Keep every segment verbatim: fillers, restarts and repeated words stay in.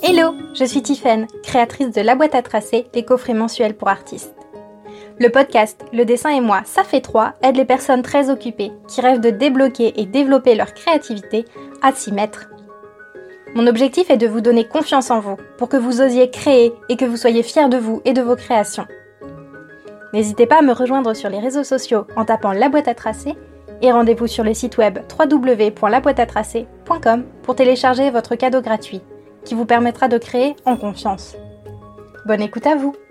Hello, je suis Tiffaine, créatrice de La Boîte à Tracer, les coffrets mensuels pour artistes. Le podcast Le dessin et moi, ça fait trois aide les personnes très occupées qui rêvent de débloquer et développer leur créativité à s'y mettre. Mon objectif est de vous donner confiance en vous pour que vous osiez créer et que vous soyez fiers de vous et de vos créations. N'hésitez pas à me rejoindre sur les réseaux sociaux en tapant La Boîte à Tracer et rendez-vous sur le site web w w w point la boîte à tracer point com pour télécharger votre cadeau gratuit qui vous permettra de créer en confiance. Bonne écoute à vous!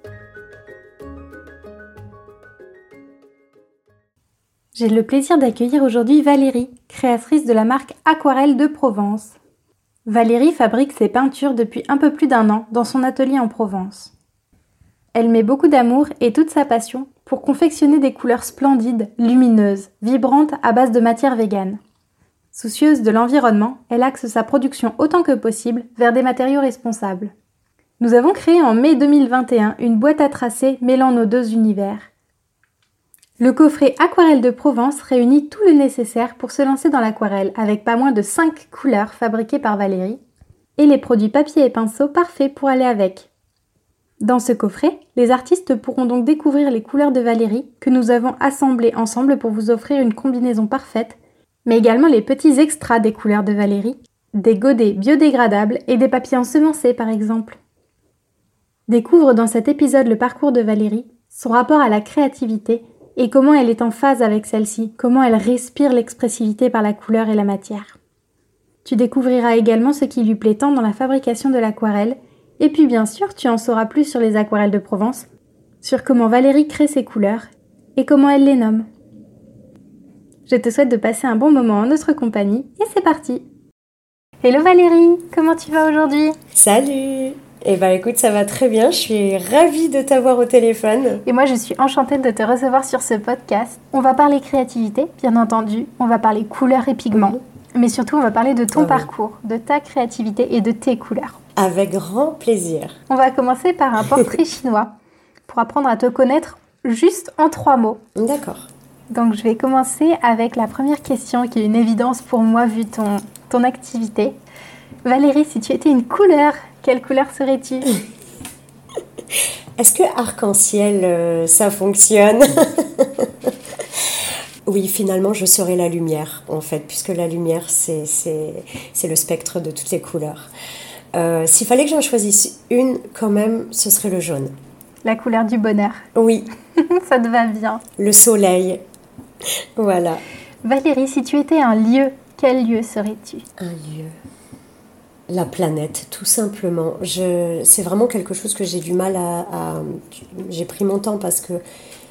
J'ai le plaisir d'accueillir aujourd'hui Valérie, créatrice de la marque Aquarelle de Provence. Valérie fabrique ses peintures depuis un peu plus d'un an dans son atelier en Provence. Elle met beaucoup d'amour et toute sa passion pour confectionner des couleurs splendides, lumineuses, vibrantes à base de matières véganes. Soucieuse de l'environnement, elle axe sa production autant que possible vers des matériaux responsables. Nous avons créé en mai deux mille vingt et un une boîte à tracer mêlant nos deux univers. Le coffret Aquarelle de Provence réunit tout le nécessaire pour se lancer dans l'aquarelle avec pas moins de cinq couleurs fabriquées par Valérie et les produits papier et pinceau parfaits pour aller avec. Dans ce coffret, les artistes pourront donc découvrir les couleurs de Valérie que nous avons assemblées ensemble pour vous offrir une combinaison parfaite, mais également les petits extras des couleurs de Valérie, des godets biodégradables et des papiers ensemencés par exemple. Découvre dans cet épisode le parcours de Valérie, son rapport à la créativité et comment elle est en phase avec celle-ci, comment elle respire l'expressivité par la couleur et la matière. Tu découvriras également ce qui lui plaît tant dans la fabrication de l'aquarelle, et puis bien sûr tu en sauras plus sur les aquarelles de Provence, sur comment Valérie crée ses couleurs et comment elle les nomme. Je te souhaite de passer un bon moment en notre compagnie et c'est parti! Hello Valérie, comment tu vas aujourd'hui? Salut! Eh ben écoute, ça va très bien, je suis ravie de t'avoir au téléphone. Et moi je suis enchantée de te recevoir sur ce podcast. On va parler créativité, bien entendu, on va parler couleurs et pigments, mmh. mais surtout on va parler de ton ah, parcours, oui. de ta créativité et de tes couleurs. Avec grand plaisir. On va commencer par un portrait chinois pour apprendre à te connaître juste en trois mots. D'accord. Donc je vais commencer avec la première question qui est une évidence pour moi vu ton, ton activité. Valérie, si tu étais une couleur, quelle couleur serais-tu? Est-ce que arc-en-ciel, euh, ça fonctionne? Oui, finalement, je serais la lumière, en fait, puisque la lumière, c'est, c'est, c'est le spectre de toutes les couleurs. Euh, s'il fallait que j'en choisisse une, quand même, ce serait le jaune. La couleur du bonheur. Oui. Ça te va bien. Le soleil. Voilà. Valérie, si tu étais un lieu, quel lieu serais-tu? Un lieu. La planète, tout simplement. Je, c'est vraiment quelque chose que j'ai du mal à... à j'ai pris mon temps parce que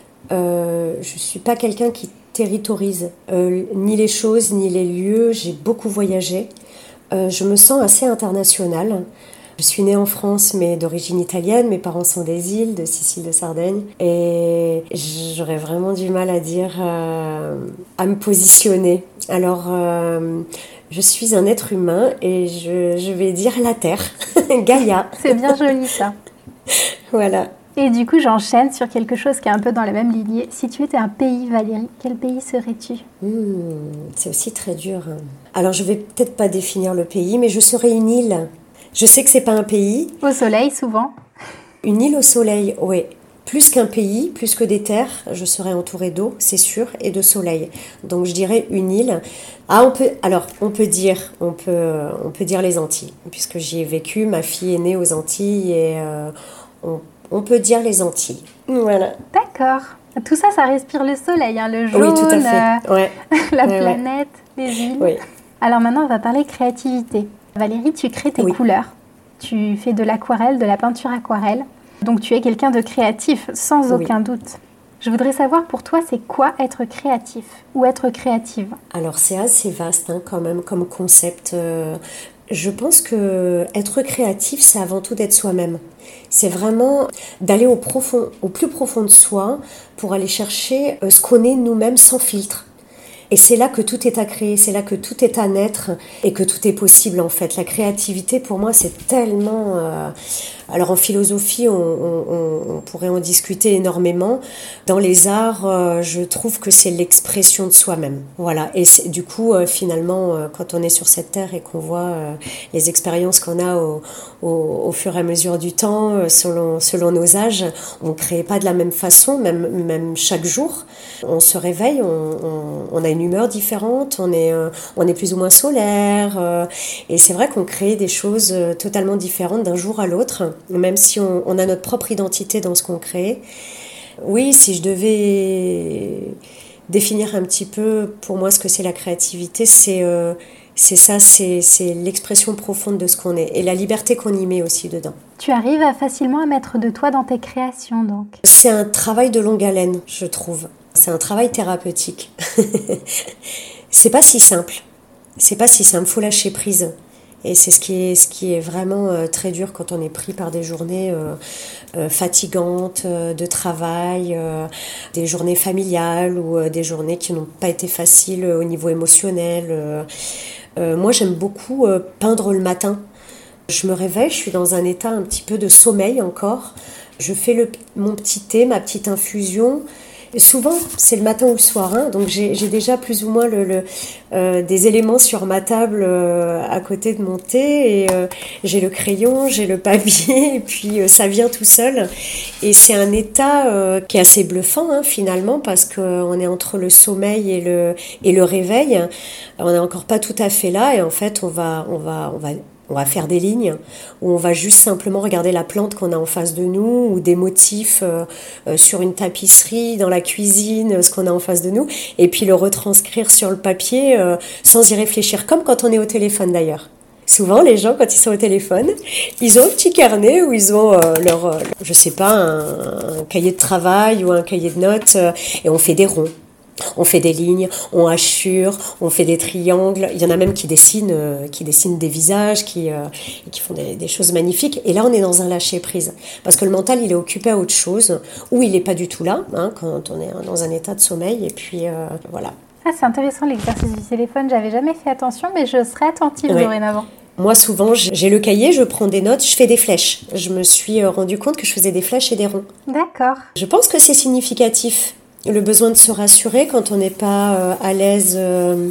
euh, je ne suis pas quelqu'un qui territorise euh, ni les choses, ni les lieux. J'ai beaucoup voyagé. Euh, je me sens assez internationale. Je suis née en France, mais d'origine italienne. Mes parents sont des îles, de Sicile, de Sardaigne. Et j'aurais vraiment du mal à dire, euh, à me positionner. Alors... Euh, Je suis un être humain et je, je vais dire la Terre, Gaïa. C'est bien joli ça. Voilà. Et du coup, j'enchaîne sur quelque chose qui est un peu dans la même lignée. Si tu étais un pays, Valérie, quel pays serais-tu? mmh, C'est aussi très dur. Alors, je vais peut-être pas définir le pays, mais je serais une île. Je sais que c'est pas un pays. Au soleil, souvent. Une île au soleil, oui. Plus qu'un pays, plus que des terres, je serais entourée d'eau, c'est sûr, et de soleil. Donc je dirais une île. Ah, on peut, alors on peut dire, on peut, on peut dire les Antilles, puisque j'y ai vécu. Ma fille est née aux Antilles et euh, on, on peut dire les Antilles. Voilà. D'accord. Tout ça, ça respire le soleil, hein, le jaune, oui, tout à fait. Ouais. la ouais, planète, ouais. les îles. Oui. Alors maintenant, on va parler créativité. Valérie, tu crées tes oui. couleurs. Tu fais de l'aquarelle, de la peinture aquarelle. Donc tu es quelqu'un de créatif, sans oui. aucun doute. Je voudrais savoir pour toi, c'est quoi être créatif ou être créative? Alors c'est assez vaste hein, quand même comme concept. Euh, je pense que être créatif, c'est avant tout d'être soi-même. C'est vraiment d'aller au, profond, au plus profond de soi pour aller chercher ce qu'on est nous-mêmes sans filtre. Et c'est là que tout est à créer, c'est là que tout est à naître et que tout est possible en fait. La créativité pour moi c'est tellement... Euh, Alors en philosophie, on, on, on pourrait en discuter énormément. Dans les arts, euh, je trouve que c'est l'expression de soi-même. Voilà. Et c'est, du coup, euh, finalement, euh, quand on est sur cette terre et qu'on voit euh, les expériences qu'on a au, au, au fur et à mesure du temps, euh, selon, selon nos âges, on ne crée pas de la même façon, même, même chaque jour. On se réveille, on, on, on a une humeur différente, on est, euh, on est plus ou moins solaire. Euh, et c'est vrai qu'on crée des choses euh, totalement différentes d'un jour à l'autre, même si on, on a notre propre identité dans ce qu'on crée. Oui, si je devais définir un petit peu pour moi ce que c'est la créativité, c'est, euh, c'est ça, c'est, c'est l'expression profonde de ce qu'on est et la liberté qu'on y met aussi dedans. Tu arrives à facilement à mettre de toi dans tes créations donc. C'est un travail de longue haleine, je trouve. C'est un travail thérapeutique. C'est pas si simple. C'est pas si simple, faut lâcher prise. Et c'est ce qui est, ce qui est vraiment euh, très dur quand on est pris par des journées euh, euh, fatigantes euh, de travail, euh, des journées familiales ou euh, des journées qui n'ont pas été faciles au niveau émotionnel. Euh, euh, moi, j'aime beaucoup euh, peindre le matin. Je me réveille, je suis dans un état un petit peu de sommeil encore. Je fais le, mon petit thé, ma petite infusion. Et souvent, c'est le matin ou le soir, hein, donc j'ai, j'ai déjà plus ou moins le, le, euh, des éléments sur ma table euh, à côté de mon thé. Et euh, j'ai le crayon, j'ai le papier, et puis euh, ça vient tout seul. Et c'est un état euh, qui est assez bluffant hein, finalement, parce qu'on est entre le sommeil et le, et le réveil. On n'est encore pas tout à fait là, et en fait, on va, on va, on va On va faire des lignes où on va juste simplement regarder la plante qu'on a en face de nous ou des motifs euh, euh, sur une tapisserie, dans la cuisine, ce qu'on a en face de nous, et puis le retranscrire sur le papier euh, sans y réfléchir, comme quand on est au téléphone d'ailleurs. Souvent, les gens, quand ils sont au téléphone, ils ont un petit carnet où ils ont euh, leur, euh, je sais pas, un, un cahier de travail ou un cahier de notes euh, et on fait des ronds. On fait des lignes, on hachure, on fait des triangles. Il y en a même qui dessinent, euh, qui dessinent des visages, qui, euh, qui font des, des choses magnifiques. Et là, on est dans un lâcher-prise. Parce que le mental, il est occupé à autre chose, ou il n'est pas du tout là, hein, quand on est dans un état de sommeil. Et puis, euh, voilà. Ah, c'est intéressant l'exercice du téléphone. J'avais jamais fait attention, mais je serai attentive ouais. dorénavant. Moi, souvent, j'ai le cahier, je prends des notes, je fais des flèches. Je me suis rendu compte que je faisais des flèches et des ronds. D'accord. Je pense que c'est significatif. Le besoin de se rassurer quand on n'est pas euh, à l'aise euh,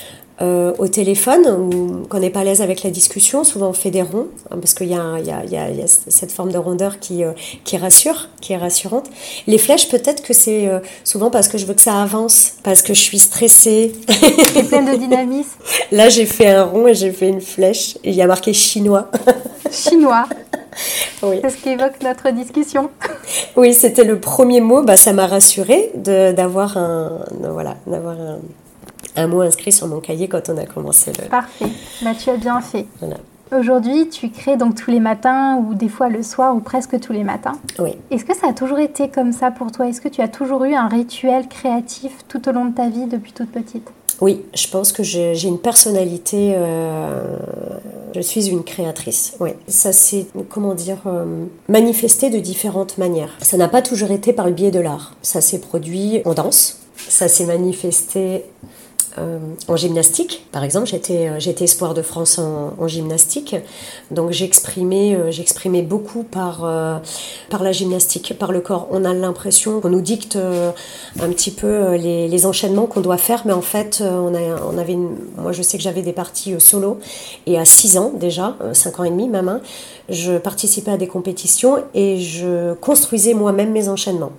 euh, au téléphone ou qu'on n'est pas à l'aise avec la discussion. Souvent, on fait des ronds hein, parce qu'il y a, il y a, il y a, il y a cette forme de rondeur qui, euh, qui rassure, qui est rassurante. Les flèches, peut-être que c'est euh, souvent parce que je veux que ça avance, parce que je suis stressée. C'est plein de dynamisme. Là, j'ai fait un rond et j'ai fait une flèche et il y a marqué chinois. Chinois. Oui. C'est ce qui évoque notre discussion. Oui, c'était le premier mot. Bah, ça m'a rassurée de, d'avoir, un, voilà, d'avoir un, un mot inscrit sur mon cahier quand on a commencé. Le... Parfait. Bah, tu as bien fait. Voilà. Aujourd'hui, tu crées donc tous les matins ou des fois le soir ou presque tous les matins. Oui. Est-ce que ça a toujours été comme ça pour toi ? Est-ce que tu as toujours eu un rituel créatif tout au long de ta vie depuis toute petite ? Oui, je pense que j'ai, j'ai une personnalité, euh, je suis une créatrice, oui. Ça s'est, comment dire, euh, manifesté de différentes manières. Ça n'a pas toujours été par le biais de l'art. Ça s'est produit en danse, ça s'est manifesté euh, en gymnastique. Par exemple, j'étais, j'étais espoir de France en, en gymnastique, donc j'exprimais, euh, j'exprimais beaucoup par, euh, par la gymnastique, par le corps. On a l'impression qu'on nous dicte euh, un petit peu les, les enchaînements qu'on doit faire, mais en fait, euh, on, a, on avait une, moi je sais que j'avais des parties euh, solo, et à six ans déjà, euh, cinq ans et demi même, hein, je participais à des compétitions et je construisais moi-même mes enchaînements.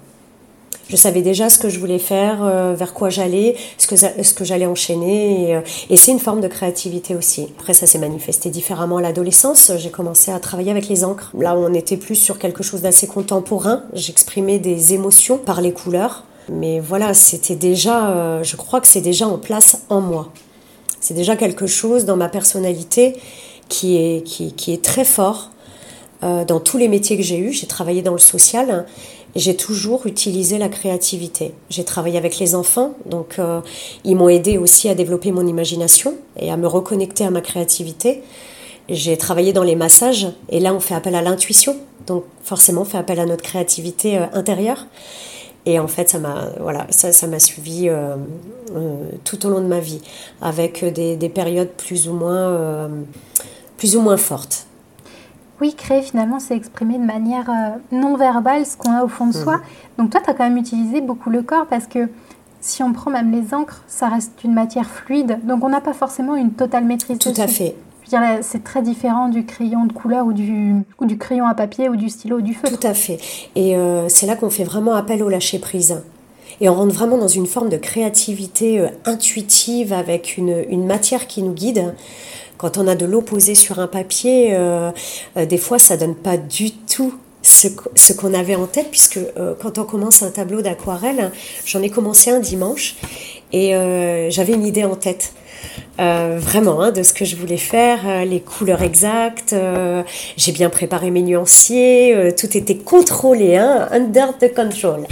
Je savais déjà ce que je voulais faire, euh, vers quoi j'allais, ce que, ce que j'allais enchaîner. Et, euh, et c'est une forme de créativité aussi. Après, ça s'est manifesté différemment à l'adolescence. J'ai commencé à travailler avec les encres. Là, on était plus sur quelque chose d'assez contemporain. J'exprimais des émotions par les couleurs. Mais voilà, c'était déjà, euh, je crois que c'est déjà en place en moi. C'est déjà quelque chose dans ma personnalité qui est, qui, qui est très fort. Euh, dans tous les métiers que j'ai eus, j'ai travaillé dans le social. J'ai toujours utilisé la créativité. J'ai travaillé avec les enfants, donc euh, ils m'ont aidé aussi à développer mon imagination et à me reconnecter à ma créativité. J'ai travaillé dans les massages et là on fait appel à l'intuition, donc forcément on fait appel à notre créativité euh, intérieure. Et en fait ça m'a, voilà, ça, ça m'a suivi euh, euh, tout au long de ma vie, avec des, des périodes plus ou moins, euh, plus ou moins fortes. Oui, créer finalement, c'est exprimer de manière euh, non verbale ce qu'on a au fond de soi. Mmh. Donc toi, tu as quand même utilisé beaucoup le corps parce que si on prend même les encres, ça reste une matière fluide. Donc on n'a pas forcément une totale maîtrise dessus. Tout à fait. Je veux dire, c'est très différent du crayon de couleur ou du, ou du crayon à papier ou du stylo ou du feutre. Tout à fait. Et euh, c'est là qu'on fait vraiment appel au lâcher-prise. Et on rentre vraiment dans une forme de créativité euh, intuitive avec une, une matière qui nous guide. Quand on a de l'eau posée sur un papier, euh, euh, des fois, ça ne donne pas du tout ce, ce qu'on avait en tête, puisque euh, quand on commence un tableau d'aquarelle, j'en ai commencé un dimanche, et euh, j'avais une idée en tête. Euh, vraiment, hein, de ce que je voulais faire, euh, les couleurs exactes, euh, j'ai bien préparé mes nuanciers, euh, tout était contrôlé, hein, under the control,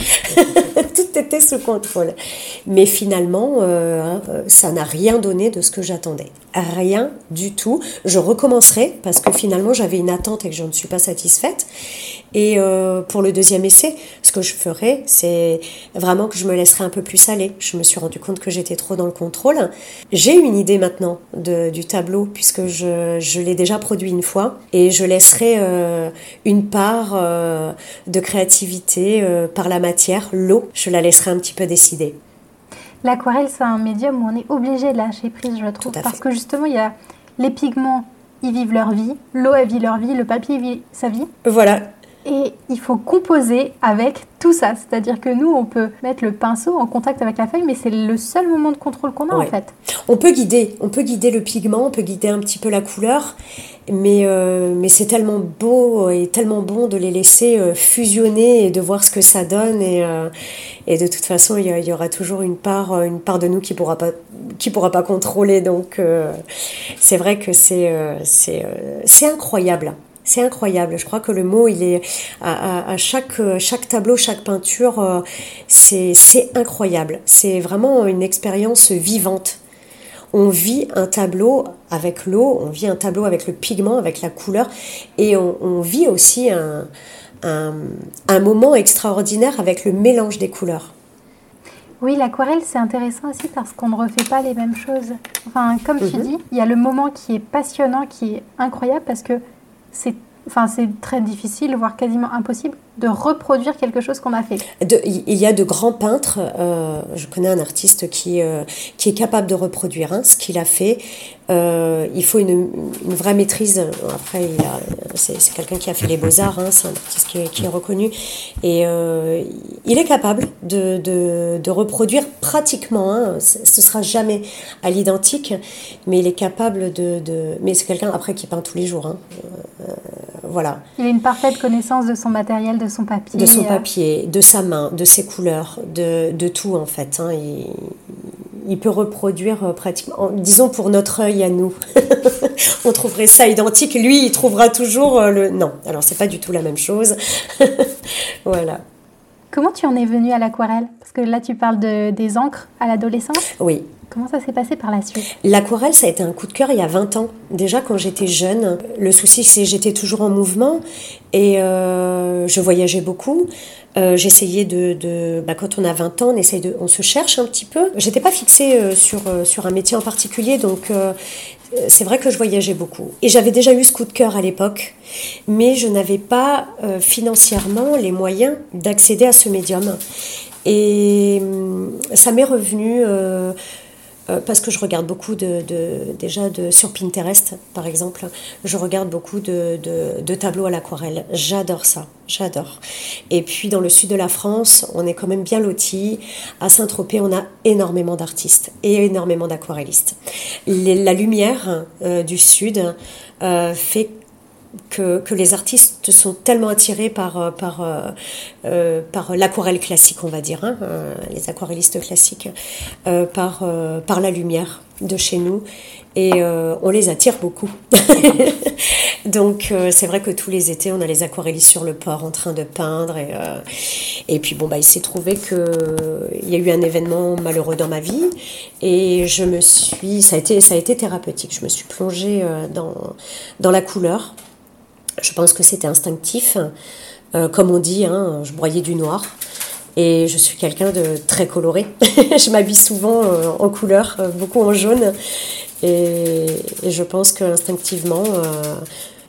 tout était sous contrôle. Mais finalement, euh, ça n'a rien donné de ce que j'attendais, rien du tout. Je recommencerai parce que finalement j'avais une attente et que je ne suis pas satisfaite. Et euh, pour le deuxième essai, ce que je ferai, c'est vraiment que je me laisserai un peu plus aller. Je me suis rendu compte que j'étais trop dans le contrôle. J'ai une idée maintenant de, du tableau puisque je, je l'ai déjà produit une fois et je laisserai euh, une part euh, de créativité euh, par la matière, l'eau. Je la laisserai un petit peu décider. L'aquarelle, c'est un médium où on est obligé de lâcher prise, je trouve, parce que justement, il y a les pigments, ils vivent leur vie, l'eau, elle vit leur vie, le papier vit sa vie. Voilà. Et il faut composer avec tout ça. C'est-à-dire que nous, on peut mettre le pinceau en contact avec la feuille, mais c'est le seul moment de contrôle qu'on a, ouais. En fait. On peut guider, on peut guider le pigment, on peut guider un petit peu la couleur, mais, euh, mais c'est tellement beau et tellement bon de les laisser euh, fusionner et de voir ce que ça donne. Et, euh, et de toute façon, il y, y aura toujours une part, une part de nous qui ne pourra pas, qui pourra pas contrôler. Donc, euh, c'est vrai que c'est, euh, c'est, euh, c'est incroyable. C'est incroyable. Je crois que le mot, il est à, à, à chaque, chaque tableau, chaque peinture, euh, c'est, c'est incroyable. C'est vraiment une expérience vivante. On vit un tableau avec l'eau, on vit un tableau avec le pigment, avec la couleur, et on, on vit aussi un, un, un moment extraordinaire avec le mélange des couleurs. Oui, l'aquarelle, c'est intéressant aussi parce qu'on ne refait pas les mêmes choses. Enfin, comme tu mm-hmm. dis, il y a le moment qui est passionnant, qui est incroyable parce que C'est, enfin, c'est très difficile, voire quasiment impossible, de reproduire quelque chose qu'on a fait. De, il y a de grands peintres, euh, je connais un artiste qui, euh, qui est capable de reproduire hein, ce qu'il a fait. Euh, il faut une, une vraie maîtrise. Après, il a, c'est, c'est quelqu'un qui a fait les beaux-arts, hein, c'est un artiste qui est, qui est reconnu. Et euh, il est capable de, de, de reproduire pratiquement, hein, ce sera jamais à l'identique, mais il est capable de... de mais c'est quelqu'un, après, qui peint tous les jours. Hein. Euh, voilà. Il a une parfaite connaissance de son matériel, de son papier. De son papier, de sa main, de ses couleurs, de, de tout, en fait. Hein. Il, il peut reproduire pratiquement, disons pour notre œil à nous. On trouverait ça identique. Lui, il trouvera toujours le... Non, alors c'est pas du tout la même chose. Voilà. Comment tu en es venue à l'aquarelle ? Parce que là, tu parles de, des encres à l'adolescence. Oui. Comment ça s'est passé par la suite ? L'aquarelle, ça a été un coup de cœur il y a vingt ans. Déjà, quand j'étais jeune, le souci, c'est que j'étais toujours en mouvement et euh, je voyageais beaucoup. Euh, j'essayais de... de bah, quand on a vingt ans, on, essaye de, on se cherche un petit peu. J'étais pas fixée euh, sur, euh, sur un métier en particulier, donc... Euh, c'est vrai que je voyageais beaucoup. Et j'avais déjà eu ce coup de cœur à l'époque, mais je n'avais pas euh, financièrement les moyens d'accéder à ce médium. Et euh, ça m'est revenu... Euh, Euh, parce que je regarde beaucoup de, de, déjà de, sur Pinterest, par exemple, je regarde beaucoup de, de, de tableaux à l'aquarelle. J'adore ça, j'adore. Et puis dans le sud de la France, on est quand même bien lotis. À Saint-Tropez, on a énormément d'artistes et énormément d'aquarellistes. Les, la lumière euh, du sud euh, fait Que, que les artistes sont tellement attirés par, par, euh, par l'aquarelle classique, on va dire, hein, euh, les aquarellistes classiques, euh, par, euh, par la lumière de chez nous. Et euh, on les attire beaucoup. Donc euh, c'est vrai que tous les étés, on a les aquarellistes sur le port en train de peindre. Et, euh, et puis bon, bah, il s'est trouvé qu'il y a eu un événement malheureux dans ma vie. Et je me suis, ça a été, ça a été thérapeutique. Je me suis plongée euh, dans, dans la couleur. Je pense que c'était instinctif. Euh, comme on dit, hein, je broyais du noir. Et je suis quelqu'un de très coloré. Je m'habille souvent euh, en couleur, euh, beaucoup en jaune. Et, et je pense qu'instinctivement, euh,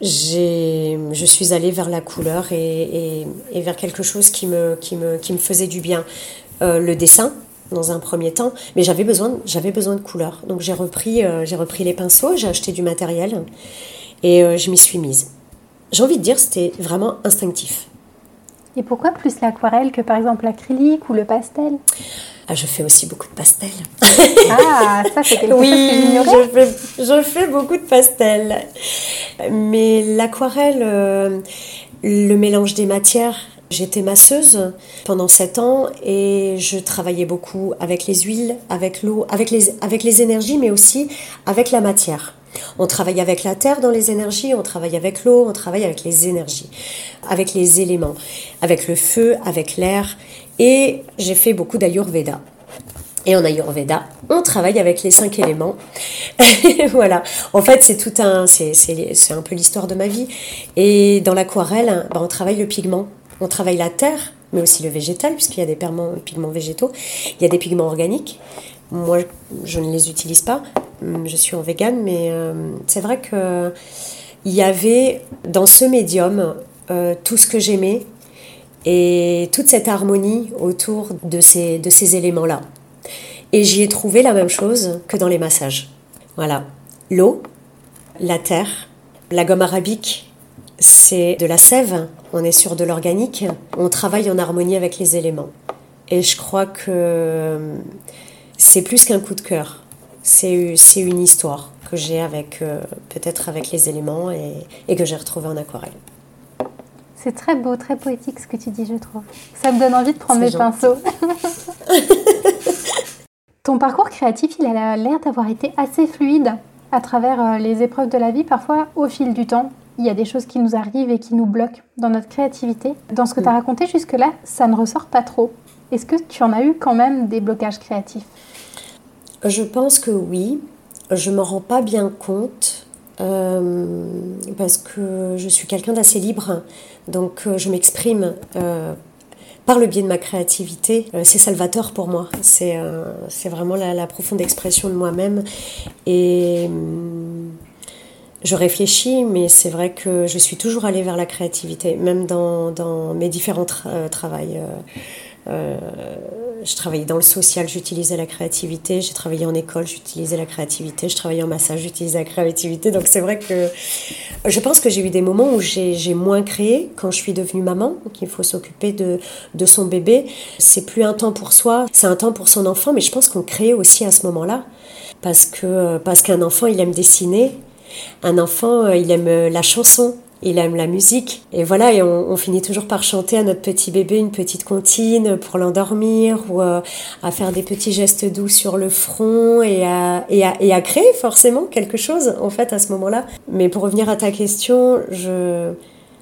j'ai, je suis allée vers la couleur et, et, et vers quelque chose qui me, qui me, qui me faisait du bien. Euh, le dessin, dans un premier temps, mais j'avais besoin, j'avais besoin de couleurs. Donc j'ai repris, euh, j'ai repris les pinceaux, j'ai acheté du matériel et euh, je m'y suis mise. J'ai envie de dire, c'était vraiment instinctif. Et pourquoi plus l'aquarelle que par exemple l'acrylique ou le pastel? Ah, je fais aussi beaucoup de pastels. Ah, ça c'est quelque oui, chose que j'ignorais. je fais, je fais beaucoup de pastels. Mais l'aquarelle, euh, le mélange des matières, j'étais masseuse pendant sept ans et je travaillais beaucoup avec les huiles, avec l'eau, avec les, avec les énergies, mais aussi avec la matière. On travaille avec la terre dans les énergies, on travaille avec l'eau, on travaille avec les énergies, avec les éléments, avec le feu, avec l'air. Et j'ai fait beaucoup d'Ayurveda. Et en Ayurveda, on travaille avec les cinq éléments. Voilà. En fait, c'est tout un, c'est, c'est, c'est un peu l'histoire de ma vie. Et dans l'aquarelle, ben, on travaille le pigment. On travaille la terre, mais aussi le végétal, puisqu'il y a des pigments, pigments végétaux. Il y a des pigments organiques. Moi, je ne les utilise pas. Je suis en vegan, mais euh, c'est vrai qu'il y avait dans ce médium euh, tout ce que j'aimais et toute cette harmonie autour de ces, de ces éléments-là. Et j'y ai trouvé la même chose que dans les massages. Voilà. L'eau, la terre, la gomme arabique, c'est de la sève, on est sur de l'organique, on travaille en harmonie avec les éléments. Et je crois que c'est plus qu'un coup de cœur. C'est, c'est une histoire que j'ai avec, euh, peut-être avec les éléments et, et que j'ai retrouvée en aquarelle. C'est très beau, très poétique ce que tu dis, je trouve. Ça me donne envie de prendre C'est mes gentil. pinceaux. Ton parcours créatif, il a l'air d'avoir été assez fluide à travers les épreuves de la vie. Parfois, au fil du temps, il y a des choses qui nous arrivent et qui nous bloquent dans notre créativité. Dans ce que tu as raconté jusque-là, ça ne ressort pas trop. Est-ce que tu en as eu quand même des blocages créatifs ? Je pense que oui. Je ne m'en rends pas bien compte euh, parce que je suis quelqu'un d'assez libre. Donc, euh, je m'exprime euh, par le biais de ma créativité. Euh, c'est salvateur pour moi. C'est, euh, c'est vraiment la, la profonde expression de moi-même. Et euh, je réfléchis, mais c'est vrai que je suis toujours allée vers la créativité, même dans, dans mes différents tra- euh, travails. Euh, Euh, je travaillais dans le social, j'utilisais la créativité. J'ai travaillé en école, j'utilisais la créativité. Je travaillais en massage, j'utilisais la créativité. Donc c'est vrai que je pense que j'ai eu des moments où j'ai, j'ai moins créé quand je suis devenue maman. Donc il faut s'occuper de, de son bébé. C'est plus un temps pour soi, c'est un temps pour son enfant. Mais je pense qu'on crée aussi à ce moment-là. Parce que, parce qu'un enfant, il aime dessiner. Un enfant, il aime la chanson. Il aime la musique. Et voilà, et on, on finit toujours par chanter à notre petit bébé une petite comptine pour l'endormir ou euh, à faire des petits gestes doux sur le front et à, et, à, et à créer forcément quelque chose, en fait, à ce moment-là. Mais pour revenir à ta question, je...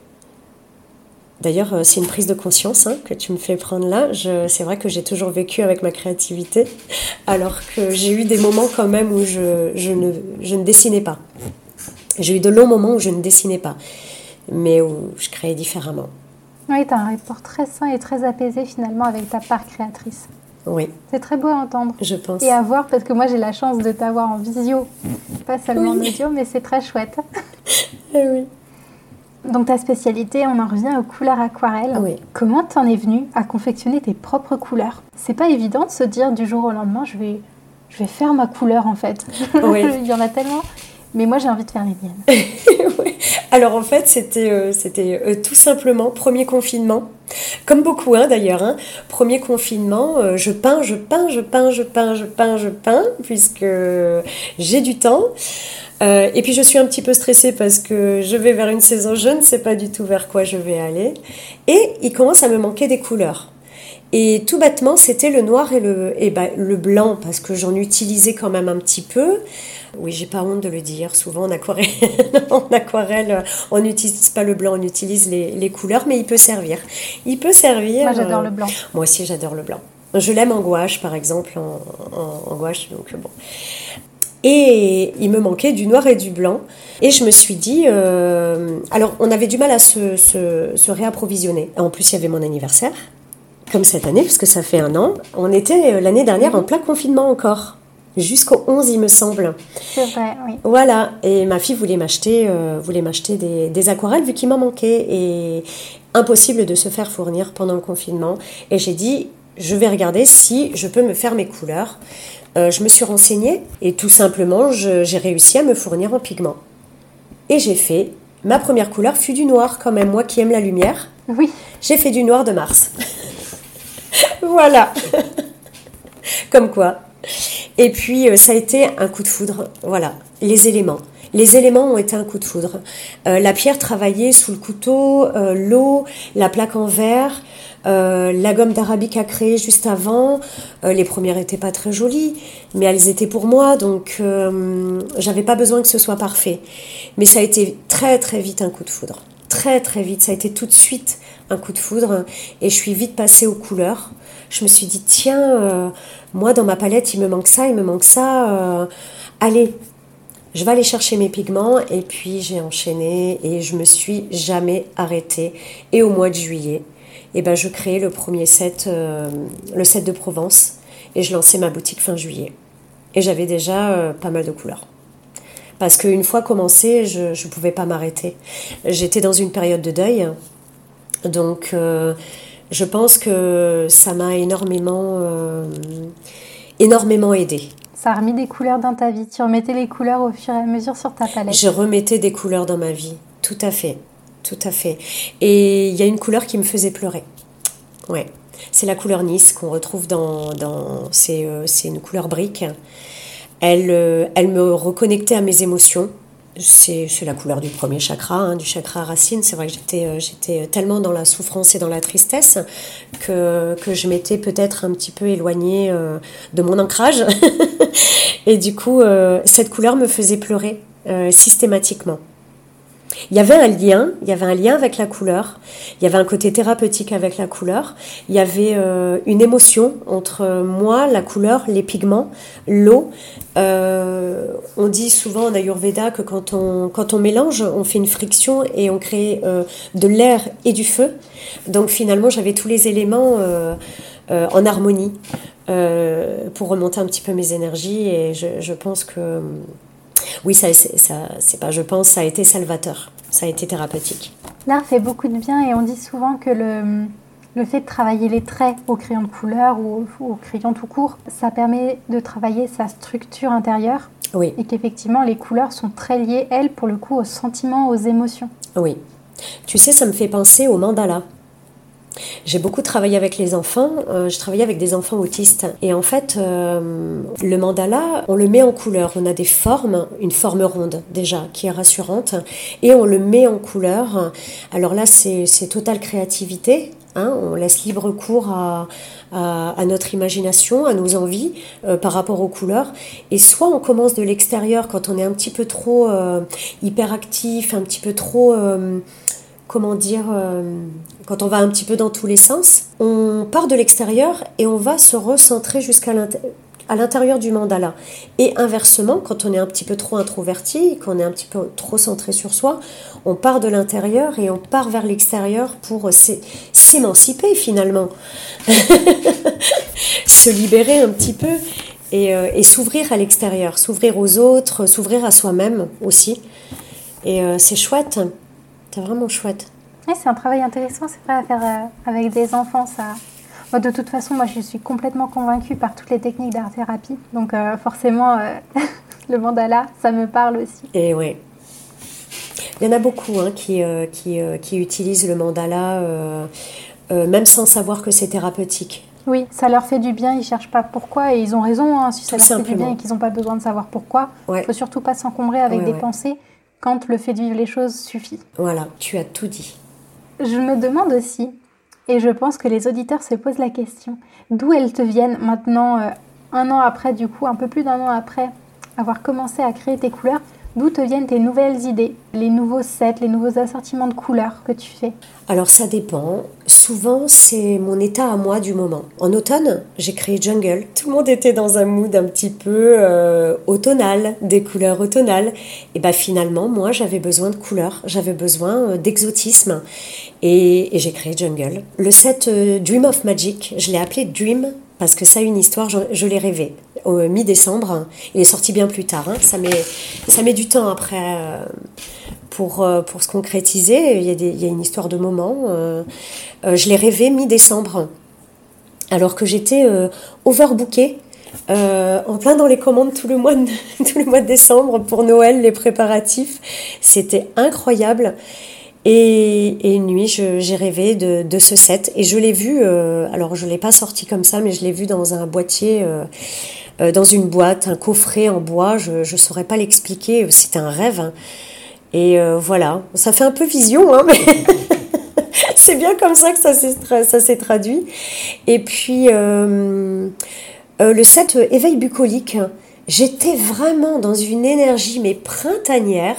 D'ailleurs, c'est une prise de conscience hein, que tu me fais prendre là. Je... C'est vrai que j'ai toujours vécu avec ma créativité, alors que j'ai eu des moments quand même où je, je, ne, je ne dessinais pas. J'ai eu de longs moments où je ne dessinais pas, mais où je créais différemment. Oui, tu as un rapport très sain et très apaisé finalement avec ta part créatrice. Oui. C'est très beau à entendre. Je pense. Et à voir, parce que moi j'ai la chance de t'avoir en visio, pas seulement oui. en audio, mais c'est très chouette. Eh oui. Donc ta spécialité, on en revient aux couleurs aquarelles. Oui. Comment t'en es venue à confectionner tes propres couleurs ? C'est pas évident de se dire du jour au lendemain, je vais, je vais faire ma couleur en fait. Oui. Il y en a tellement. Mais moi, j'ai envie de faire les miennes. Oui. Alors, en fait, c'était, euh, c'était euh, tout simplement premier confinement. Comme beaucoup, hein, d'ailleurs. Hein. Premier confinement, euh, je peins, je peins, je peins, je peins, je peins, je peins, puisque j'ai du temps. Euh, et puis, je suis un petit peu stressée parce que je vais vers une saison, je ne sais pas du tout vers quoi je vais aller. Et il commence à me manquer des couleurs. Et tout bêtement, c'était le noir et le, et ben, le blanc, parce que j'en utilisais quand même un petit peu. Oui, j'ai pas honte de le dire. Souvent en aquarelle, en aquarelle, on n'utilise pas le blanc, on utilise les, les couleurs, mais il peut servir. Il peut servir. Moi, j'adore euh, le blanc. Moi aussi, j'adore le blanc. Je l'aime en gouache, par exemple, en, en, en gouache, donc bon. Et il me manquait du noir et du blanc. Et je me suis dit... Euh, alors, on avait du mal à se, se, se réapprovisionner. En plus, il y avait mon anniversaire, comme cette année, puisque ça fait un an. On était l'année dernière en plein confinement encore. Jusqu'au onze, il me semble. C'est vrai, oui. Voilà, et ma fille voulait m'acheter, euh, voulait m'acheter des, des aquarelles vu qu'il m'en manquait. Et impossible de se faire fournir pendant le confinement. Et j'ai dit, je vais regarder si je peux me faire mes couleurs. Euh, je me suis renseignée et tout simplement, je, j'ai réussi à me fournir en pigments. Et j'ai fait, ma première couleur fut du noir quand même, moi qui aime la lumière. Oui. J'ai fait du noir de Mars. Voilà. Comme quoi. Et puis, euh, ça a été un coup de foudre. Voilà, les éléments. Les éléments ont été un coup de foudre. Euh, la pierre travaillée sous le couteau, euh, l'eau, la plaque en verre, euh, la gomme d'arabique à créer juste avant. Euh, les premières n'étaient pas très jolies, mais elles étaient pour moi, donc euh, j'avais pas besoin que ce soit parfait. Mais ça a été très très vite un coup de foudre. Très très vite, ça a été tout de suite un coup de foudre. Et je suis vite passée aux couleurs. Je me suis dit, tiens, euh, moi dans ma palette, il me manque ça, il me manque ça. Euh, allez, je vais aller chercher mes pigments. Et puis j'ai enchaîné et je me suis jamais arrêtée. Et au mois de juillet, eh ben, je créais le premier set, euh, le set de Provence. Et je lançais ma boutique fin juillet. Et j'avais déjà euh, pas mal de couleurs. Parce qu'une fois commencé, je ne pouvais pas m'arrêter. J'étais dans une période de deuil. Donc... Euh, Je pense que ça m'a énormément, euh, énormément aidée. Ça a remis des couleurs dans ta vie. Tu remettais les couleurs au fur et à mesure sur ta palette. Je remettais des couleurs dans ma vie. Tout à fait. Tout à fait. Et il y a une couleur qui me faisait pleurer. Ouais. C'est la couleur Nice qu'on retrouve dans... dans c'est, euh, c'est une couleur brique. Elle, euh, elle me reconnectait à mes émotions. C'est, c'est la couleur du premier chakra, hein, du chakra racine. C'est vrai que j'étais, euh, j'étais tellement dans la souffrance et dans la tristesse que, que je m'étais peut-être un petit peu éloignée euh, de mon ancrage. Et du coup, euh, cette couleur me faisait pleurer euh, systématiquement. Il y avait un lien, il y avait un lien avec la couleur, il y avait un côté thérapeutique avec la couleur, il y avait euh, une émotion entre moi, la couleur, les pigments, l'eau. Euh, on dit souvent en Ayurveda que quand on, quand on mélange, on fait une friction et on crée euh, de l'air et du feu. Donc finalement, j'avais tous les éléments euh, euh, en harmonie euh, pour remonter un petit peu mes énergies et je, je pense que... Oui, ça, c'est, ça, c'est pas, je pense, ça a été salvateur, ça a été thérapeutique. L'art fait beaucoup de bien et on dit souvent que le, le fait de travailler les traits au crayon de couleur ou au, au crayon tout court, ça permet de travailler sa structure intérieure. Oui. Et qu'effectivement, les couleurs sont très liées, elles, pour le coup, aux sentiments, aux émotions. Oui. Tu sais, ça me fait penser au mandala. J'ai beaucoup travaillé avec les enfants, euh, je travaillais avec des enfants autistes et en fait euh, le mandala on le met en couleur, on a des formes, une forme ronde déjà qui est rassurante et on le met en couleur. Alors là c'est, c'est totale créativité, hein, on laisse libre cours à, à, à notre imagination, à nos envies euh, par rapport aux couleurs et soit on commence de l'extérieur quand on est un petit peu trop euh, hyperactif, un petit peu trop... Euh, comment dire, euh, quand on va un petit peu dans tous les sens, on part de l'extérieur et on va se recentrer jusqu'à l'intérieur. à l'intérieur du mandala. Et inversement, quand on est un petit peu trop introverti, qu'on est un petit peu trop centré sur soi, on part de l'intérieur et on part vers l'extérieur pour s'émanciper finalement. Se libérer un petit peu et, euh, et s'ouvrir à l'extérieur, s'ouvrir aux autres, s'ouvrir à soi-même aussi. Et euh, c'est chouette. C'est vraiment chouette. Oui, c'est un travail intéressant, c'est vrai, à faire euh, avec des enfants. Ça. Moi, de toute façon, moi, je suis complètement convaincue par toutes les techniques d'art-thérapie. Donc, euh, forcément, euh, le mandala, ça me parle aussi. Et oui. Il y en a beaucoup hein, qui, euh, qui, euh, qui utilisent le mandala, euh, euh, même sans savoir que c'est thérapeutique. Oui, ça leur fait du bien, ils ne cherchent pas pourquoi. Et ils ont raison, hein, si ça Tout leur simplement. fait du bien et qu'ils n'ont pas besoin de savoir pourquoi. Il ouais. ne faut surtout pas s'encombrer avec ouais, des ouais. pensées. Quand le fait de vivre les choses suffit. Voilà, tu as tout dit. Je me demande aussi, et je pense que les auditeurs se posent la question, d'où elles te viennent maintenant, euh, un an après du coup, un peu plus d'un an après avoir commencé à créer tes couleurs, d'où te viennent tes nouvelles idées, les nouveaux sets, les nouveaux assortiments de couleurs que tu fais? Alors ça dépend. Souvent, c'est mon état à moi du moment. En automne, j'ai créé Jungle. Tout le monde était dans un mood un petit peu euh, automnal, des couleurs automnales. Et bien finalement, moi, j'avais besoin de couleurs, j'avais besoin euh, d'exotisme. Et, et j'ai créé Jungle. Le set euh, Dream of Magic, je l'ai appelé Dream parce que ça, une histoire, je, je l'ai rêvé au mi-décembre. Il est sorti bien plus tard. Hein. Ça met, ça met du temps après euh, pour, euh, pour se concrétiser. Il y a des, il y a une histoire de moment. Euh, euh, je l'ai rêvé mi-décembre, alors que j'étais euh, overbookée. Euh, en plein dans les commandes tout le mois de, tout le mois de décembre pour Noël, les préparatifs. C'était incroyable. Et, et une nuit, je, j'ai rêvé de, de ce set et je l'ai vu, euh, alors je ne l'ai pas sorti comme ça, mais je l'ai vu dans un boîtier, euh, euh, dans une boîte, un coffret en bois, je ne saurais pas l'expliquer, c'était un rêve. Hein. Et euh, voilà, ça fait un peu vision, hein, mais c'est bien comme ça que ça s'est, ça s'est traduit. Et puis, euh, euh, le set euh, éveil bucolique, j'étais vraiment dans une énergie, mais printanière.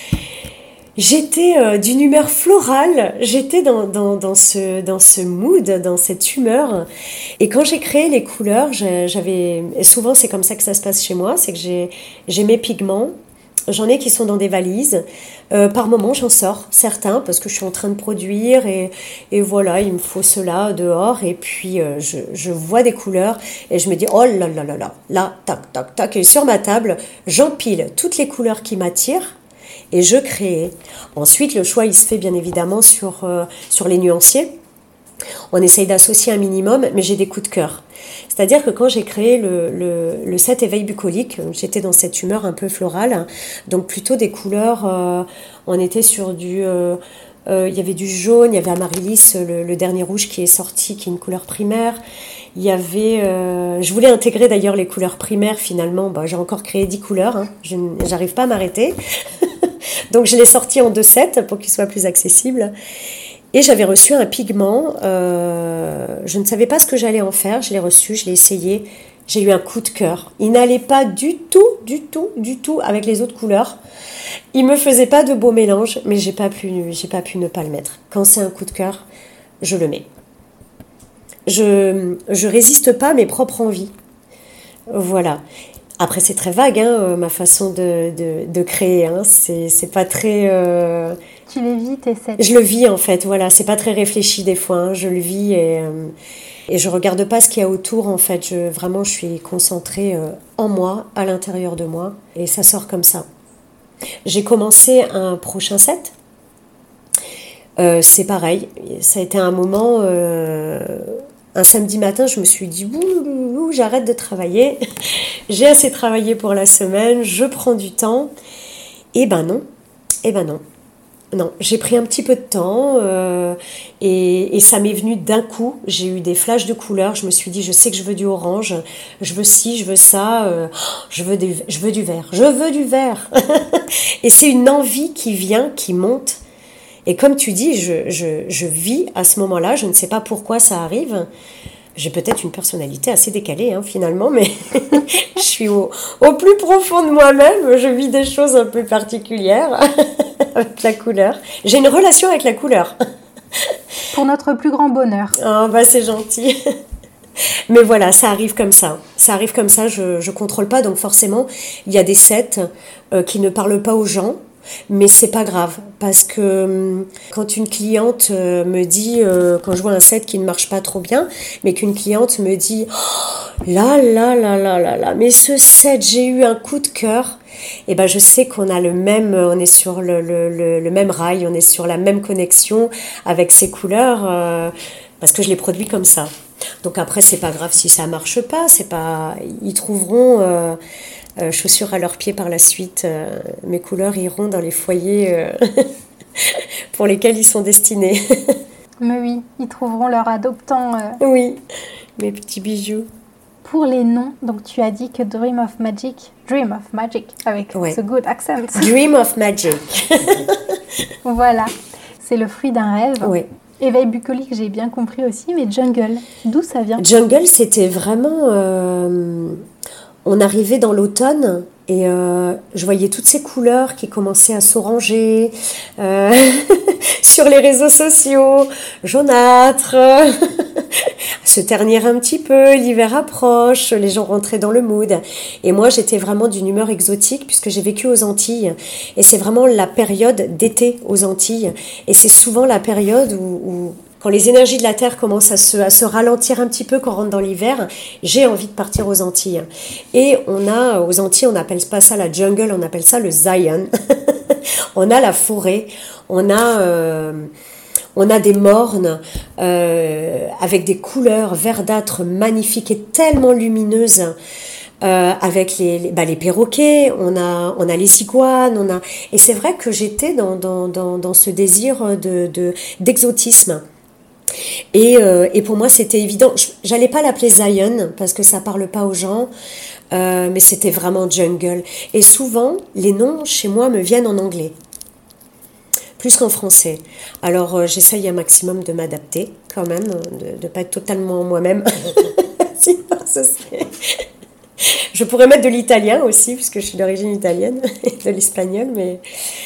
J'étais euh, d'une humeur florale, j'étais dans, dans, dans, ce, dans ce mood, dans cette humeur. Et quand j'ai créé les couleurs, j'avais, et souvent c'est comme ça que ça se passe chez moi, c'est que j'ai, j'ai mes pigments, j'en ai qui sont dans des valises. Euh, par moment, j'en sors certains parce que je suis en train de produire et, et voilà, il me faut cela dehors. Et puis, euh, je, je vois des couleurs et je me dis, oh là là là là, là, tac, tac, tac. Et sur ma table, j'empile toutes les couleurs qui m'attirent. Et je crée. Ensuite, le choix, il se fait bien évidemment sur, euh, sur les nuanciers. On essaye d'associer un minimum, mais j'ai des coups de cœur. C'est-à-dire que quand j'ai créé le, le, le set éveil bucolique, j'étais dans cette humeur un peu florale. Donc plutôt des couleurs, euh, on était sur du... Euh, euh, il y avait du jaune, il y avait Amaryllis, le, le dernier rouge qui est sorti, qui est une couleur primaire. Il y avait... Euh, je voulais intégrer d'ailleurs les couleurs primaires finalement. Bah, j'ai encore créé dix couleurs. Hein. Je n'arrive pas à m'arrêter. Donc je l'ai sorti en deux sets pour qu'il soit plus accessible. Et j'avais reçu un pigment. Euh, je ne savais pas ce que j'allais en faire. Je l'ai reçu, je l'ai essayé. J'ai eu un coup de cœur. Il n'allait pas du tout, du tout, du tout avec les autres couleurs. Il me faisait pas de beau mélange, mais j'ai pas pu, j'ai pas pu ne pas le mettre. Quand c'est un coup de cœur, je le mets. Je, je résiste pas à mes propres envies. Voilà. Après, c'est très vague, hein, ma façon de, de, de créer. Hein. C'est, c'est pas très... Euh... Tu les vis, tes sets. Je le vis, en fait. Voilà, c'est pas très réfléchi des fois. Hein. Je le vis et, euh, et je regarde pas ce qu'il y a autour, en fait. Je, vraiment, je suis concentrée euh, en moi, à l'intérieur de moi. Et ça sort comme ça. J'ai commencé un prochain set. Euh, c'est pareil. Ça a été un moment... Euh... Un samedi matin, je me suis dit, ouh, j'arrête de travailler, j'ai assez travaillé pour la semaine, je prends du temps. Et ben non, et ben non. Non, j'ai pris un petit peu de temps euh, et, et ça m'est venu d'un coup. J'ai eu des flashs de couleurs, je me suis dit, je sais que je veux du orange, je veux ci, je veux ça, euh, je, veux des, je veux du vert, je veux du vert. Et c'est une envie qui vient, qui monte. Et comme tu dis, je, je, je vis à ce moment-là, je ne sais pas pourquoi ça arrive. J'ai peut-être une personnalité assez décalée, hein, finalement, mais je suis au, au plus profond de moi-même, je vis des choses un peu particulières avec la couleur. J'ai une relation avec la couleur. Pour notre plus grand bonheur. Oh, bah c'est gentil. Mais voilà, ça arrive comme ça. Ça arrive comme ça, je ne contrôle pas, donc forcément, il y a des sets euh, qui ne parlent pas aux gens. Mais c'est pas grave, parce que quand une cliente me dit, euh, quand je vois un set qui ne marche pas trop bien, mais qu'une cliente me dit, oh, là, là, là, là, là, là, mais ce set, j'ai eu un coup de cœur, et ben je sais qu'on a le même, on est sur le, le, le, le même rail, on est sur la même connexion avec ces couleurs, euh, parce que je les produis comme ça. Donc après, c'est pas grave si ça marche pas, c'est pas, ils trouveront... Euh, Euh, chaussures à leurs pieds par la suite. Euh, mes couleurs iront dans les foyers euh, pour lesquels ils sont destinés. Mais oui, ils trouveront leur adoptant. Euh... Oui, mes petits bijoux. Pour les noms, donc tu as dit que Dream of Magic, Dream of Magic, avec ouais. ce good accent. Dream of Magic. Voilà, c'est le fruit d'un rêve. Oui. Éveil bucolique, j'ai bien compris aussi, mais Jungle, d'où ça vient ? Jungle, c'était vraiment... Euh... On arrivait dans l'automne et euh, je voyais toutes ces couleurs qui commençaient à s'oranger euh, sur les réseaux sociaux, jaunâtres, se ternir un petit peu, l'hiver approche, les gens rentraient dans le mood. Et moi, j'étais vraiment d'une humeur exotique puisque j'ai vécu aux Antilles. Et c'est vraiment la période d'été aux Antilles. Et c'est souvent la période où... où quand les énergies de la Terre commencent à se, à se ralentir un petit peu, quand on rentre dans l'hiver, j'ai envie de partir aux Antilles. Et on a, aux Antilles, on n'appelle pas ça la jungle, on appelle ça le Zion. On a la forêt, on a... Euh, On a des mornes euh, avec des couleurs verdâtres magnifiques et tellement lumineuses, euh, avec les, les, bah, les perroquets, on a, on a les iguanes, on a... et c'est vrai que j'étais dans, dans, dans, dans ce désir de, de, d'exotisme. Et, euh, et pour moi, c'était évident. J'allais pas l'appeler Zion parce que ça parle pas aux gens, euh, mais c'était vraiment jungle. Et souvent, les noms chez moi me viennent en anglais. Plus qu'en français. Alors euh, j'essaye un maximum de m'adapter quand même, de ne pas être totalement moi-même. Sinon, ce serait... Je pourrais mettre de l'italien aussi, puisque je suis d'origine italienne, de l'espagnol, mais,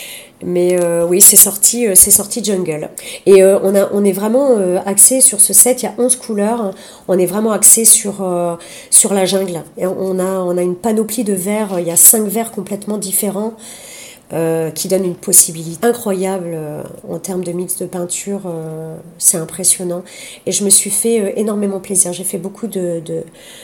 mais euh, oui, c'est sorti, euh, c'est sorti jungle. Et euh, on, a, on est vraiment euh, axé sur ce set, il y a onze couleurs, on est vraiment axé sur, euh, sur la jungle. Et on, a, on a une panoplie de verres, il y a cinq verres complètement différents, Euh, qui donne une possibilité incroyable euh, en termes de mix de peinture, euh, c'est impressionnant. Et je me suis fait euh, énormément plaisir. J'ai fait beaucoup de, de,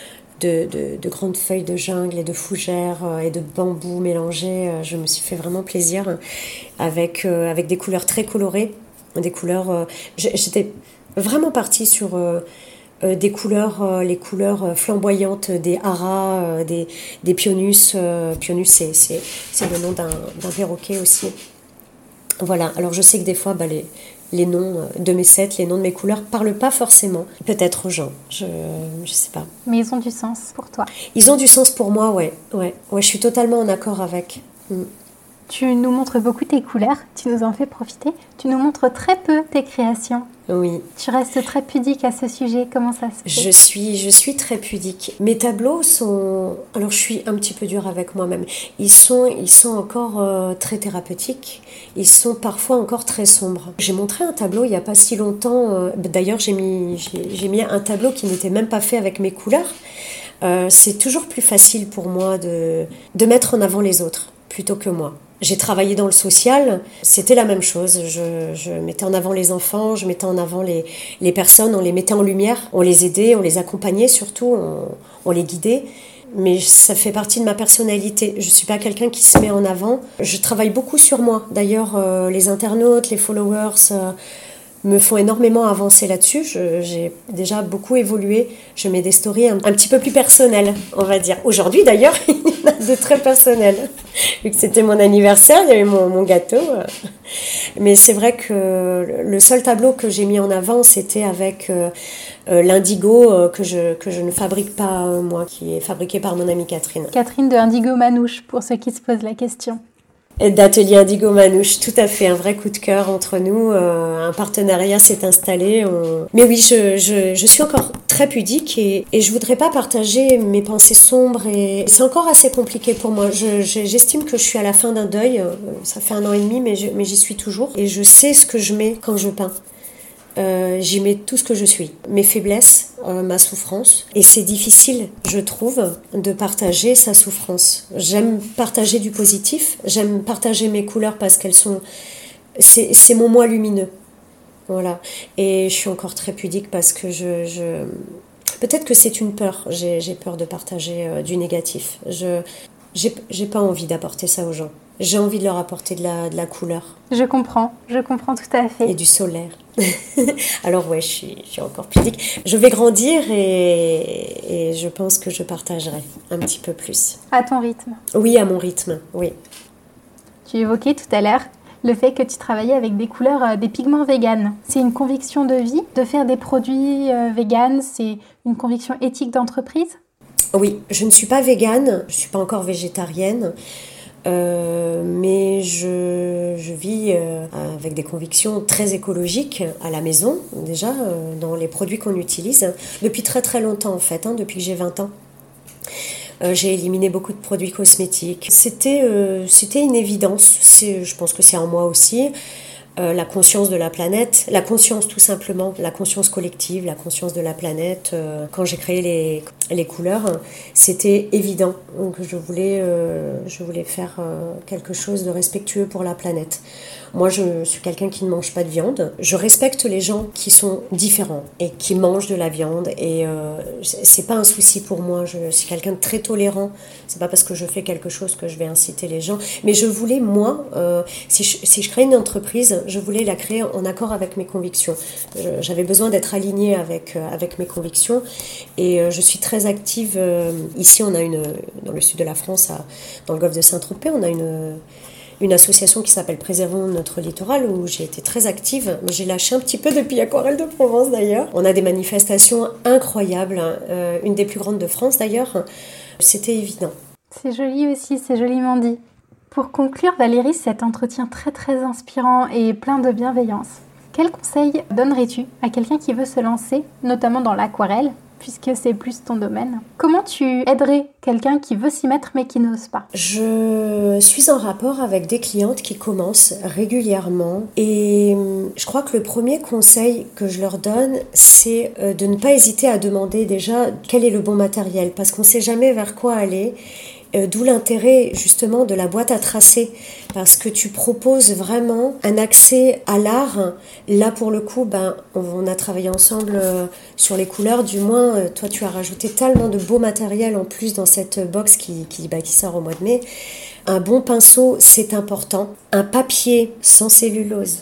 de, de, de grandes feuilles de jungle et de fougères euh, et de bambou mélangés. Euh, je me suis fait vraiment plaisir avec, euh, avec des couleurs très colorées. Des couleurs, euh, j'étais vraiment partie sur... Euh, Euh, des couleurs, euh, les couleurs flamboyantes des haras, euh, des, des pionus. Euh, pionus, c'est, c'est, c'est le nom d'un, d'un perroquet aussi. Voilà, alors je sais que des fois, bah, les, les noms de mes sets, les noms de mes couleurs parlent pas forcément, peut-être aux gens, je, je sais pas. Mais ils ont du sens pour toi. Ils ont du sens pour moi, ouais, ouais, ouais, je suis totalement en accord avec. Mm. Tu nous montres beaucoup tes couleurs, tu nous en fais profiter. Tu nous montres très peu tes créations. Oui. Tu restes très pudique à ce sujet, comment ça se fait ? Je suis, je suis très pudique. Mes tableaux sont... Alors je suis un petit peu dure avec moi-même. Ils sont, ils sont encore euh, très thérapeutiques. Ils sont parfois encore très sombres. J'ai montré un tableau il n'y a pas si longtemps. Euh, d'ailleurs, j'ai mis, j'ai, j'ai mis un tableau qui n'était même pas fait avec mes couleurs. Euh, c'est toujours plus facile pour moi de, de mettre en avant les autres plutôt que moi. J'ai travaillé dans le social, c'était la même chose. Je, je mettais en avant les enfants, je mettais en avant les, les personnes, on les mettait en lumière, on les aidait, on les accompagnait surtout, on, on les guidait. Mais ça fait partie de ma personnalité. Je ne suis pas quelqu'un qui se met en avant. Je travaille beaucoup sur moi. D'ailleurs, euh, les internautes, les followers... Euh, me font énormément avancer là-dessus. Je, j'ai déjà beaucoup évolué. Je mets des stories un, un petit peu plus personnelles, on va dire. Aujourd'hui, d'ailleurs, il y en a de très personnelles. Vu que c'était mon anniversaire, il y avait mon, mon gâteau. Mais c'est vrai que le seul tableau que j'ai mis en avant, c'était avec euh, euh, l'indigo euh, que, je, que je ne fabrique pas euh, moi, qui est fabriqué par mon amie Catherine. Catherine de Indigo Manouche, pour ceux qui se posent la question. D'Atelier Indigo Manouche, tout à fait, un vrai coup de cœur entre nous, euh, un partenariat s'est installé. On... Mais oui, je, je, je suis encore très pudique et, et je voudrais pas partager mes pensées sombres et c'est encore assez compliqué pour moi. Je, je, j'estime que je suis à la fin d'un deuil, ça fait un an et demi, mais, je, mais j'y suis toujours et je sais ce que je mets quand je peins. Euh, j'y mets tout ce que je suis, mes faiblesses, euh, ma souffrance. Et c'est difficile, je trouve, de partager sa souffrance. J'aime partager du positif, j'aime partager mes couleurs parce qu'elles sont... C'est, c'est mon moi lumineux. Voilà. Et je suis encore très pudique parce que je... je... Peut-être que c'est une peur, j'ai, j'ai peur de partager euh, du négatif. Je... J'ai, j'ai pas envie d'apporter ça aux gens. J'ai envie de leur apporter de la, de la couleur. Je comprends, je comprends tout à fait. Et du solaire. Alors ouais, je suis, je suis encore pudique. Je vais grandir et, et je pense que je partagerai un petit peu plus. À ton rythme. Oui, à mon rythme, oui. Tu évoquais tout à l'heure le fait que tu travaillais avec des couleurs, euh, des pigments véganes. C'est une conviction de vie de faire des produits euh, véganes, c'est une conviction éthique d'entreprise ? Oui, je ne suis pas végane, je ne suis pas encore végétarienne. Euh, mais je, je vis euh, avec des convictions très écologiques à la maison, déjà, euh, dans les produits qu'on utilise, depuis très très longtemps en fait, hein, depuis que j'ai vingt ans. Euh, j'ai éliminé beaucoup de produits cosmétiques. C'était, euh, c'était une évidence, c'est, je pense que c'est en moi aussi. euh, la conscience de la planète, la conscience tout simplement, la conscience collective, la conscience de la planète. Euh, quand j'ai créé les, les couleurs, c'était évident que je voulais, euh, je voulais faire euh, quelque chose de respectueux pour la planète. Moi, je suis quelqu'un qui ne mange pas de viande. Je respecte les gens qui sont différents et qui mangent de la viande. Et euh, c'est pas un souci pour moi. Je suis quelqu'un de très tolérant. C'est pas parce que je fais quelque chose que je vais inciter les gens. Mais je voulais, moi, euh, si, je, si je crée une entreprise, je voulais la créer en accord avec mes convictions. Je, j'avais besoin d'être alignée avec, euh, avec mes convictions. Et euh, je suis très active. Euh, ici, on a une, dans le sud de la France, à, dans le golfe de Saint-Tropez, on a une... une association qui s'appelle Préservons notre littoral où j'ai été très active, mais j'ai lâché un petit peu depuis Aquarelle de Provence d'ailleurs. On a des manifestations incroyables, euh, une des plus grandes de France d'ailleurs, c'était évident. C'est joli aussi, c'est joliment dit. Pour conclure Valérie, cet entretien très très inspirant et plein de bienveillance, quel conseil donnerais-tu à quelqu'un qui veut se lancer, notamment dans l'aquarelle, puisque c'est plus ton domaine? Comment tu aiderais quelqu'un qui veut s'y mettre mais qui n'ose pas? Je suis en rapport avec des clientes qui commencent régulièrement et je crois que le premier conseil que je leur donne, c'est de ne pas hésiter à demander déjà quel est le bon matériel parce qu'on ne sait jamais vers quoi aller. D'où l'intérêt justement de la boîte à tracer parce que tu proposes vraiment un accès à l'art. Là pour le coup, ben, on a travaillé ensemble sur les couleurs, du moins toi tu as rajouté tellement de beau matériel en plus dans cette box qui, qui, ben, qui sort au mois de mai. Un bon pinceau, c'est important. Un papier sans cellulose.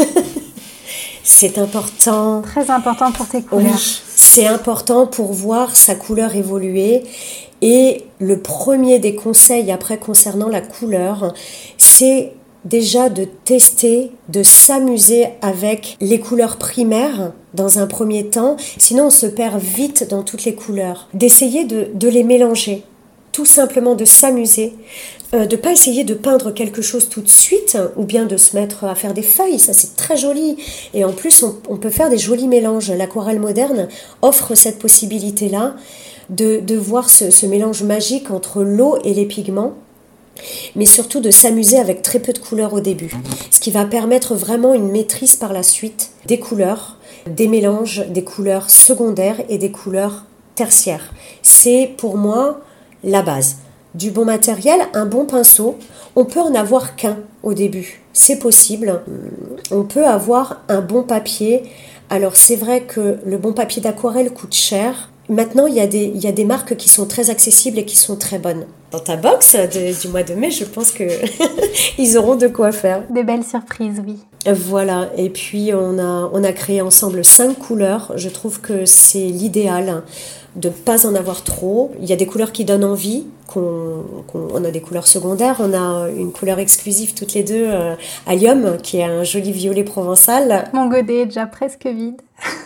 C'est important. Très important pour tes couleurs. Oui, c'est important pour voir sa couleur évoluer. Et le premier des conseils après concernant la couleur, c'est déjà de tester, de s'amuser avec les couleurs primaires dans un premier temps. Sinon, on se perd vite dans toutes les couleurs. D'essayer de, de les mélanger. Tout simplement de s'amuser. Euh, de ne pas essayer de peindre quelque chose tout de suite ou bien de se mettre à faire des feuilles, ça c'est très joli et en plus on, on peut faire des jolis mélanges. L'aquarelle moderne offre cette possibilité-là de, de voir ce, ce mélange magique entre l'eau et les pigments, mais surtout de s'amuser avec très peu de couleurs au début, ce qui va permettre vraiment une maîtrise par la suite des couleurs, des mélanges, des couleurs secondaires et des couleurs tertiaires. C'est pour moi la base. Du bon matériel, un bon pinceau, on peut en avoir qu'un au début, c'est possible. On peut avoir un bon papier. Alors c'est vrai que le bon papier d'aquarelle coûte cher. Maintenant, il y a des, il y a des marques qui sont très accessibles et qui sont très bonnes. Dans ta box de, du mois de mai, je pense qu'ils auront de quoi faire. Des belles surprises, oui. Voilà, et puis on a, on a créé ensemble cinq couleurs. Je trouve que c'est l'idéal de ne pas en avoir trop. Il y a des couleurs qui donnent envie, qu'on, qu'on, on a des couleurs secondaires, on a une couleur exclusive toutes les deux, euh, Allium, qui est un joli violet provençal. Mon godet est déjà presque vide.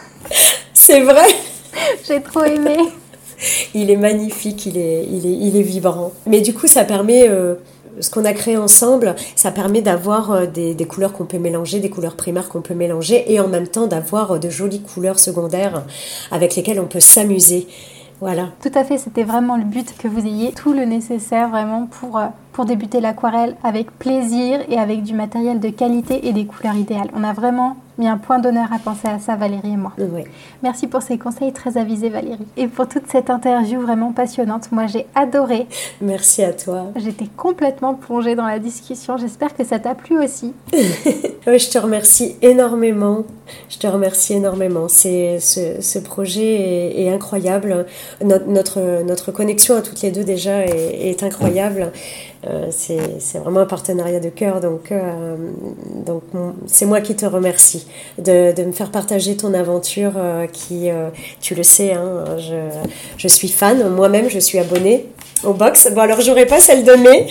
C'est vrai. J'ai trop aimé. Il est magnifique, il est, il est, il est vibrant. Mais du coup, ça permet... Euh, ce qu'on a créé ensemble, ça permet d'avoir des, des couleurs qu'on peut mélanger, des couleurs primaires qu'on peut mélanger et en même temps d'avoir de jolies couleurs secondaires avec lesquelles on peut s'amuser. Voilà. Tout à fait, c'était vraiment le but que vous ayez tout le nécessaire vraiment pour, pour débuter l'aquarelle avec plaisir et avec du matériel de qualité et des couleurs idéales. On a vraiment mis un point d'honneur à penser à ça, Valérie et moi. Oui. Merci pour ces conseils très avisés, Valérie. Et pour toute cette interview vraiment passionnante. Moi, j'ai adoré. Merci à toi. J'étais complètement plongée dans la discussion. J'espère que ça t'a plu aussi. Oui, je te remercie énormément. Je te remercie énormément. C'est, ce, ce projet est, est incroyable. Notre, notre, notre connexion à toutes les deux déjà est, est incroyable. Euh, c'est, c'est vraiment un partenariat de cœur. Donc, euh, donc c'est moi qui te remercie de, de me faire partager ton aventure euh, qui, euh, tu le sais, hein, je, je suis fan. Moi-même, je suis abonnée au box. Bon, alors, j'aurais pas celle de mai.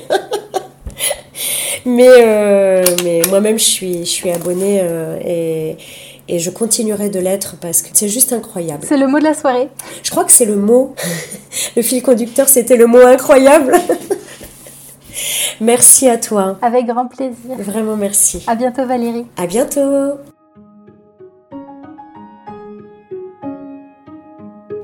mais, euh, mais moi-même, je suis, je suis abonnée euh, et... Et je continuerai de l'être parce que c'est juste incroyable. C'est le mot de la soirée. Je crois que c'est le mot. Le fil conducteur, c'était le mot incroyable. Merci à toi. Avec grand plaisir. Vraiment merci. À bientôt Valérie. À bientôt.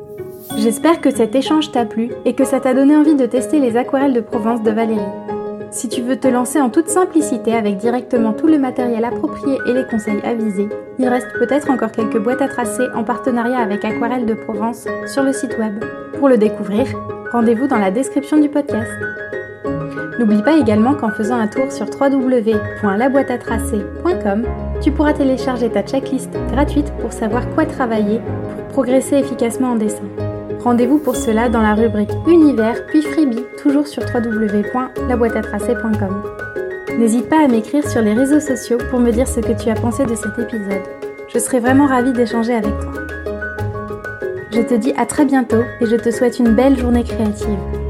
J'espère que cet échange t'a plu et que ça t'a donné envie de tester les aquarelles de Provence de Valérie. Si tu veux te lancer en toute simplicité avec directement tout le matériel approprié et les conseils avisés, il reste peut-être encore quelques boîtes à tracer en partenariat avec Aquarelle de Provence sur le site web. Pour le découvrir, rendez-vous dans la description du podcast. N'oublie pas également qu'en faisant un tour sur w w w point la boîte à tracer point com, tu pourras télécharger ta checklist gratuite pour savoir quoi travailler pour progresser efficacement en dessin. Rendez-vous pour cela dans la rubrique Univers puis Freebie, toujours sur w w w point la boîte à tracer point com. N'hésite pas à m'écrire sur les réseaux sociaux pour me dire ce que tu as pensé de cet épisode. Je serai vraiment ravie d'échanger avec toi. Je te dis à très bientôt et je te souhaite une belle journée créative.